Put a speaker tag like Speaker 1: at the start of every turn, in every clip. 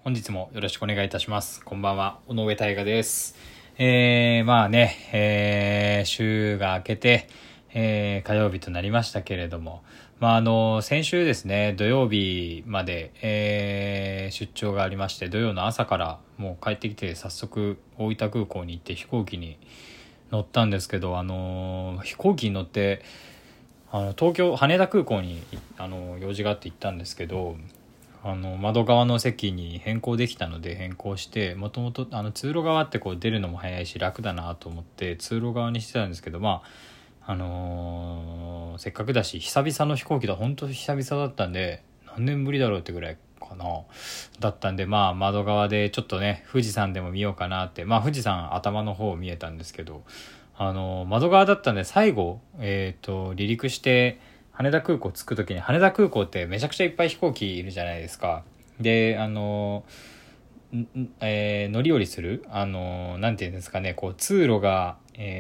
Speaker 1: 本日もよろしくお願いいたします。こんばんは、尾上大我です。週が明けて、火曜日となりましたけれども、先週ですね、土曜日まで、出張がありまして、土曜の朝からもう帰ってきて、早速大分空港に行って飛行機に乗ったんですけど、飛行機に乗って、東京羽田空港に用事があって行ったんですけど、窓側の席に変更できたので変更して、もともと通路側ってこう出るのも早いし楽だなと思って通路側にしてたんですけど、せっかくだし久々の飛行機だ、本当久々だったんで、何年ぶりだろうってぐらいかなだったんで、窓側でちょっとね富士山でも見ようかなって、富士山頭の方見えたんですけど、窓側だったんで最後離陸して羽田空港着くときに、羽田空港ってめちゃくちゃいっぱい飛行機いるじゃないですか。で乗り降りするなんていうんですかね、こう通路が、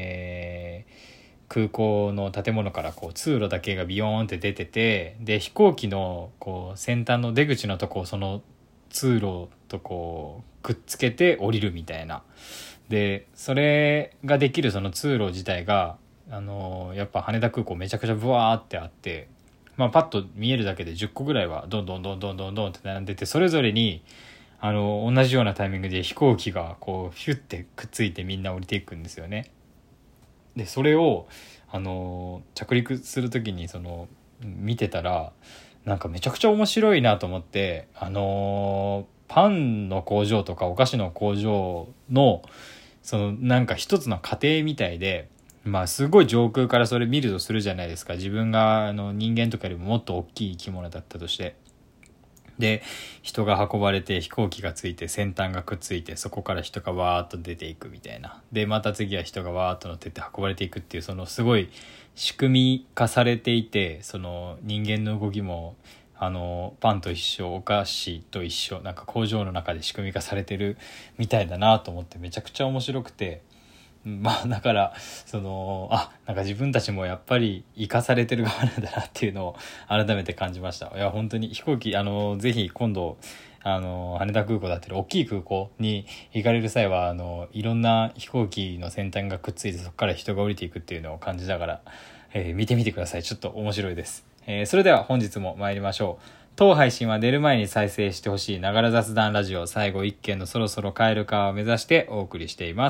Speaker 1: 空港の建物からこう通路だけがビヨーンって出てて、で飛行機のこう先端の出口のとこをその通路とこうくっつけて降りるみたいな。でそれができるその通路自体がやっぱ羽田空港めちゃくちゃブワーってあって、パッと見えるだけで10個ぐらいはどんどんどんどんどんどんって並んでて、それぞれに同じようなタイミングで飛行機がこうヒュッてくっついてみんな降りていくんですよね。でそれを着陸する時に見てたら、なんかめちゃくちゃ面白いなと思って、パンの工場とかお菓子の工場のなんか一つの過程みたいで、すごい上空からそれ見るとするじゃないですか。自分が人間とかよりももっと大きい生き物だったとして、で人が運ばれて飛行機がついて先端がくっついて、そこから人がわーっと出ていくみたいな。でまた次は人がわーっと乗ってって運ばれていくっていう、そのすごい仕組み化されていて、その人間の動きもパンと一緒、お菓子と一緒、なんか工場の中で仕組み化されてるみたいだなと思って、めちゃくちゃ面白くて、だからなんか自分たちもやっぱり生かされてる側なんだなっていうのを改めて感じました。いや本当に飛行機ぜひ今度羽田空港だったり大きい空港に行かれる際はいろんな飛行機の先端がくっついて、そこから人が降りていくっていうのを感じながら、見てみてください。ちょっと面白いです。それでは本日も参りましょう。当配信は寝る前に再生してほしいながら雑談ラジオ、最後一件のそろそろ帰るかを目指してお送りしています。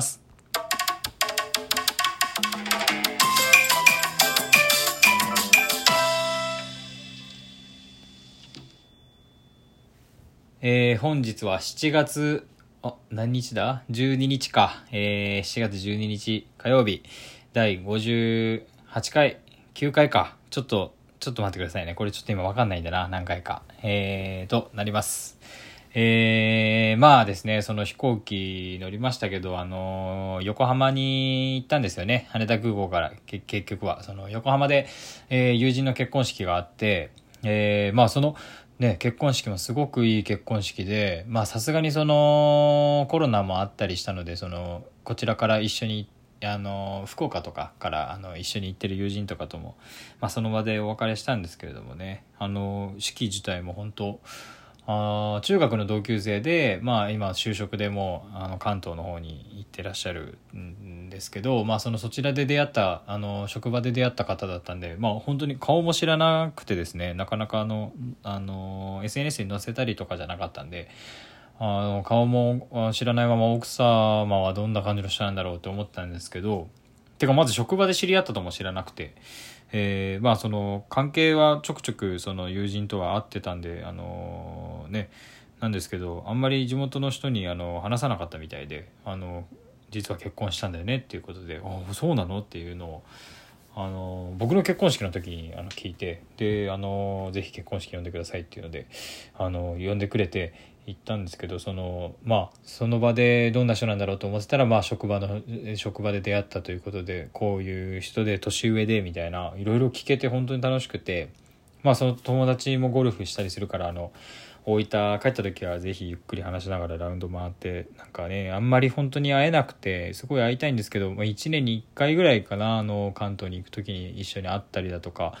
Speaker 1: 本日は7月何日だ ?12 日か、7月12日火曜日、第58回9回か、ちょっと待ってくださいね。これちょっと今わかんないんだな、何回かとなります。ですね、その飛行機乗りましたけど、横浜に行ったんですよね。羽田空港から結局はその横浜で、友人の結婚式があって、その結婚式もすごくいい結婚式で、さすがにそのコロナもあったりしたので、こちらから一緒に福岡とかから一緒に行ってる友人とかとも、その場でお別れしたんですけれどもね、式自体も本当中学の同級生で、今就職でも関東の方に行ってらっしゃるんですけど、そちらで出会った職場で出会った方だったんで、本当に顔も知らなくてですね、なかなかSNS に載せたりとかじゃなかったんで、顔も知らないまま奥様はどんな感じの人なんだろうって思ったんですけど、まず職場で知り合ったとも知らなくて、その関係はちょくちょくその友人とは会ってたんでなんですけど、あんまり地元の人に話さなかったみたいで、実は結婚したんだよねっていうことで、そうなのっていうのを僕の結婚式の時に聞いて、でぜひ結婚式呼んでくださいっていうので呼んでくれて行ったんですけど、その場でどんな人なんだろうと思ってたら、職場で出会ったということで、こういう人で年上でみたいないろいろ聞けて本当に楽しくて、その友達もゴルフしたりするから大分帰った時はぜひゆっくり話しながらラウンド回って、なんかねあんまり本当に会えなくてすごい会いたいんですけど、1年に1回ぐらいかな関東に行く時に一緒に会ったりだとか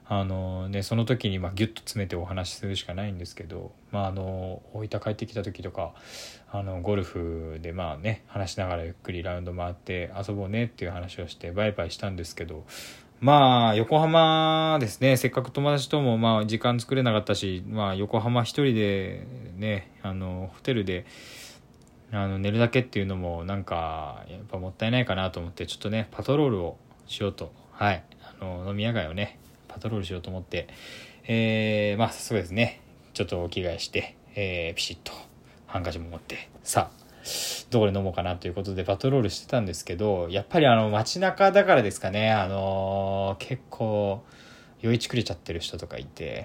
Speaker 1: その時にギュッと詰めてお話しするしかないんですけど、大分帰ってきた時とかゴルフで話しながらゆっくりラウンド回って遊ぼうねっていう話をしてバイバイしたんですけど、横浜ですね。せっかく友達とも時間作れなかったし、横浜一人でねホテルで寝るだけっていうのもやっぱもったいないかなと思って、ちょっとねパトロールをしようと、飲み屋街をねパトロールしようと思って、早速ですねちょっとお着替えして、ピシッとハンカチも持ってさあどこで飲もうかなということでパトロールしてたんですけど、やっぱり街中だからですかね、結構酔いちくれちゃってる人とかいて、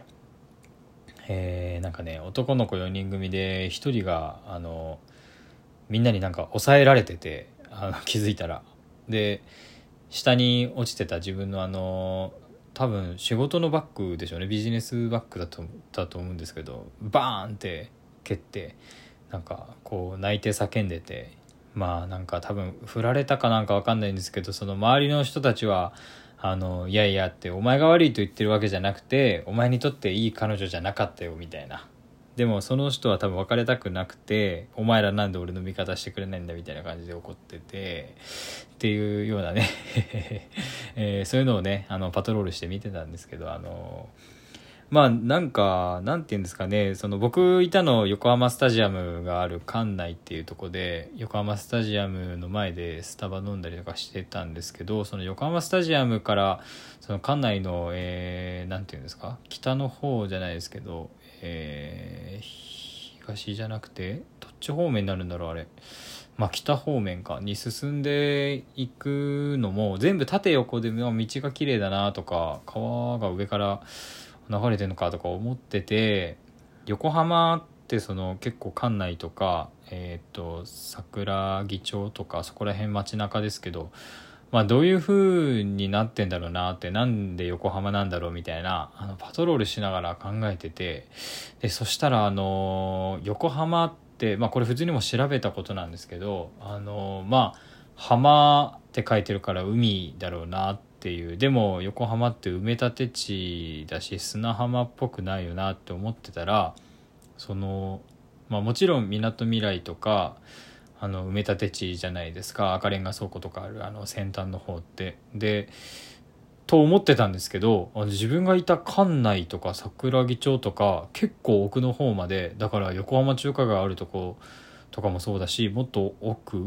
Speaker 1: 男の子4人組で1人がみんなに抑えられてて、気づいたらで下に落ちてた自分の多分仕事のバッグでしょうね、ビジネスバッグだと思うんですけど、バーンって蹴って泣いて叫んでて、多分振られたか分かんないんですけど、その周りの人たちはいやいやってお前が悪いと言ってるわけじゃなくて、お前にとっていい彼女じゃなかったよみたいな、でもその人は多分別れたくなくて、お前らなんで俺の味方してくれないんだみたいな感じで怒っててっていうようなね、そういうのをねパトロールして見てたんですけど、なんて言うんですかね、その僕いたの横浜スタジアムがある館内っていうところで、横浜スタジアムの前でスタバ飲んだりとかしてたんですけど、その横浜スタジアムからその館内の、なんて言うんですか、北の方じゃないですけど、東じゃなくてどっち方面になるんだろうあれ、北方面かに進んでいくのも全部縦横で道が綺麗だなとか、川が上から流れてるのかとか思ってて、横浜ってその結構館内とか桜木町とかそこら辺街中ですけど、どういう風になってんだろうなって、なんで横浜なんだろうみたいなパトロールしながら考えてて、でそしたら横浜ってこれ普通にも調べたことなんですけど、浜って書いてるから海だろうなっていう、でも横浜って埋め立て地だし砂浜っぽくないよなって思ってたら、もちろんみなとみらいとか埋め立て地じゃないですか、赤レンガ倉庫とかある先端の方ってでと思ってたんですけど、自分がいた館内とか桜木町とか結構奥の方まで、だから横浜中華街あるとことかもそうだし、もっと奥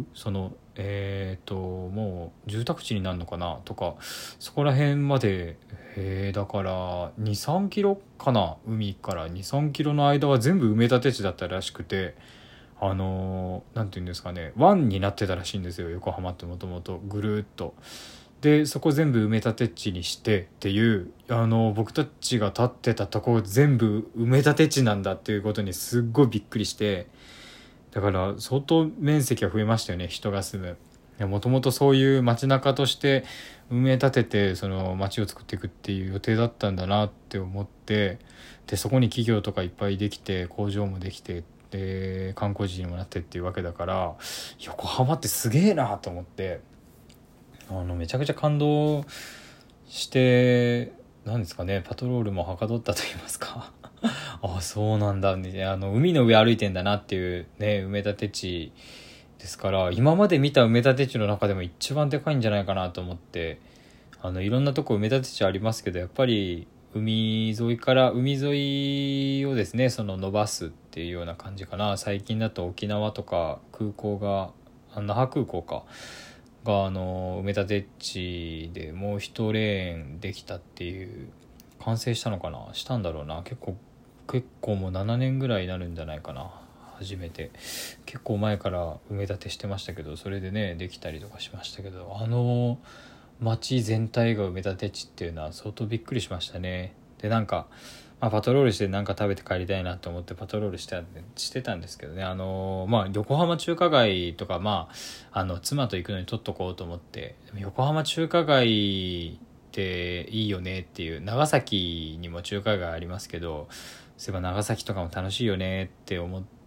Speaker 1: もう住宅地になるのかなとか、そこら辺まで、だから2、3キロかな、海から2、3キロの間は全部埋め立て地だったらしくて、なんていうんですかね、湾になってたらしいんですよ横浜って、もともとぐるっと。でそこ全部埋め立て地にしてっていう、僕たちが立ってたとこ全部埋め立て地なんだっていうことにすっごいびっくりして、だから相当面積が増えましたよね、人が住む。もともとそういう街中として埋め立ててその街を作っていくっていう予定だったんだなって思って、でそこに企業とかいっぱいできて工場もできてで観光地にもなってっていうわけだから、横浜ってすげえなと思って、めちゃくちゃ感動して、なんですかね、パトロールもはかどったと言いますかあ、そうなんだね、海の上歩いてんだなっていうね、埋め立て地ですから、今まで見た埋め立て地の中でも一番でかいんじゃないかなと思って、いろんなとこ埋め立て地ありますけど、やっぱり海沿いをですね伸ばすっていうような感じかな。最近だと沖縄とか空港が那覇空港かが埋め立て地でもう一レーンできたっていう、完成したのかな、したんだろうな、結構もう7年ぐらいになるんじゃないかな、初めて。結構前から埋め立てしてましたけど、それでねできたりとかしましたけど、街全体が埋め立て地っていうのは相当びっくりしましたね。でパトロールして食べて帰りたいなと思ってパトロールしてたんですけどね、横浜中華街とか妻と行くのに取っとこうと思って、でも横浜中華街っていいよねっていう、長崎にも中華街ありますけど、そういえば長崎とかも楽しいよねって思っ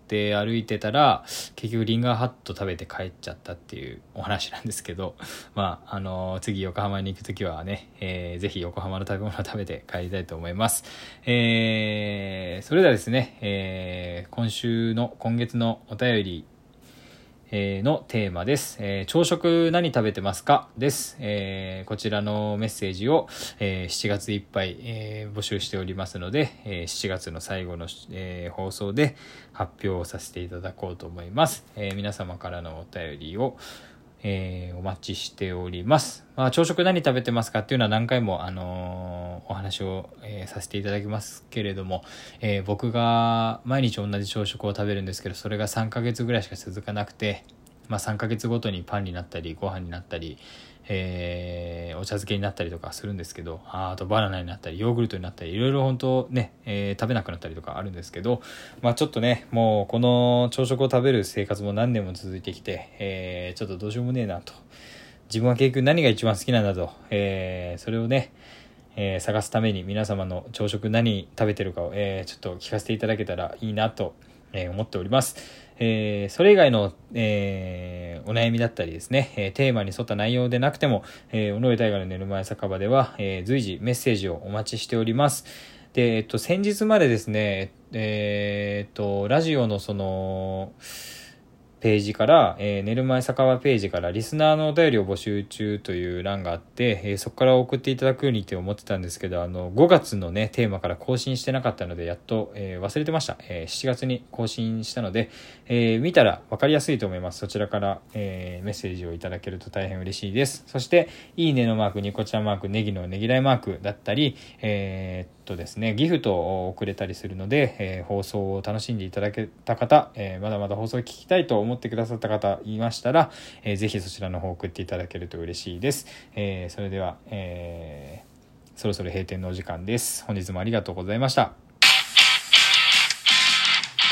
Speaker 1: って歩いてたら結局リンガーハット食べて帰っちゃったっていうお話なんですけど、次横浜に行くときはね、ぜひ横浜の食べ物を食べて帰りたいと思います。それではですね、今月のお便りのテーマです。朝食何食べてますかです。こちらのメッセージを、7月いっぱい、募集しておりますので、7月の最後の、放送で発表させていただこうと思います。皆様からのお便りを、お待ちしております。朝食何食べてますかっていうのは何回も、お話を、させていただきますけれども、僕が毎日同じ朝食を食べるんですけど、それが3ヶ月ぐらいしか続かなくて、3ヶ月ごとにパンになったりご飯になったり、お茶漬けになったりとかするんですけど、あとバナナになったりヨーグルトになったりいろいろ本当ね、食べなくなったりとかあるんですけど、ちょっとねもうこの朝食を食べる生活も何年も続いてきて、ちょっとどうしようもねえなと、自分は結局何が一番好きなんだと、それをね探すために皆様の朝食何食べてるかを、ちょっと聞かせていただけたらいいなと、思っております。それ以外の、お悩みだったりですね、テーマに沿った内容でなくても、尾上大河の寝る前酒場では、随時メッセージをお待ちしております。で、先日までですね、ラジオのそのページから、寝る前酒場ページからリスナーのお便りを募集中という欄があって、そこから送っていただくようにって思ってたんですけど、5月のねテーマから更新してなかったのでやっと、忘れてました。7月に更新したので、見たら分かりやすいと思います。そちらから、メッセージをいただけると大変嬉しいです。そしていいねのマーク、ニコちゃんマーク、ネギのねぎらいマークだったり、ですね、ギフトを送れたりするので、放送を楽しんでいただけた方、まだまだ放送を聞きたいと思ってくださった方いましたら、ぜひそちらの方送っていただけると嬉しいです。それでは、そろそろ閉店のお時間です。本日もありがとうございました。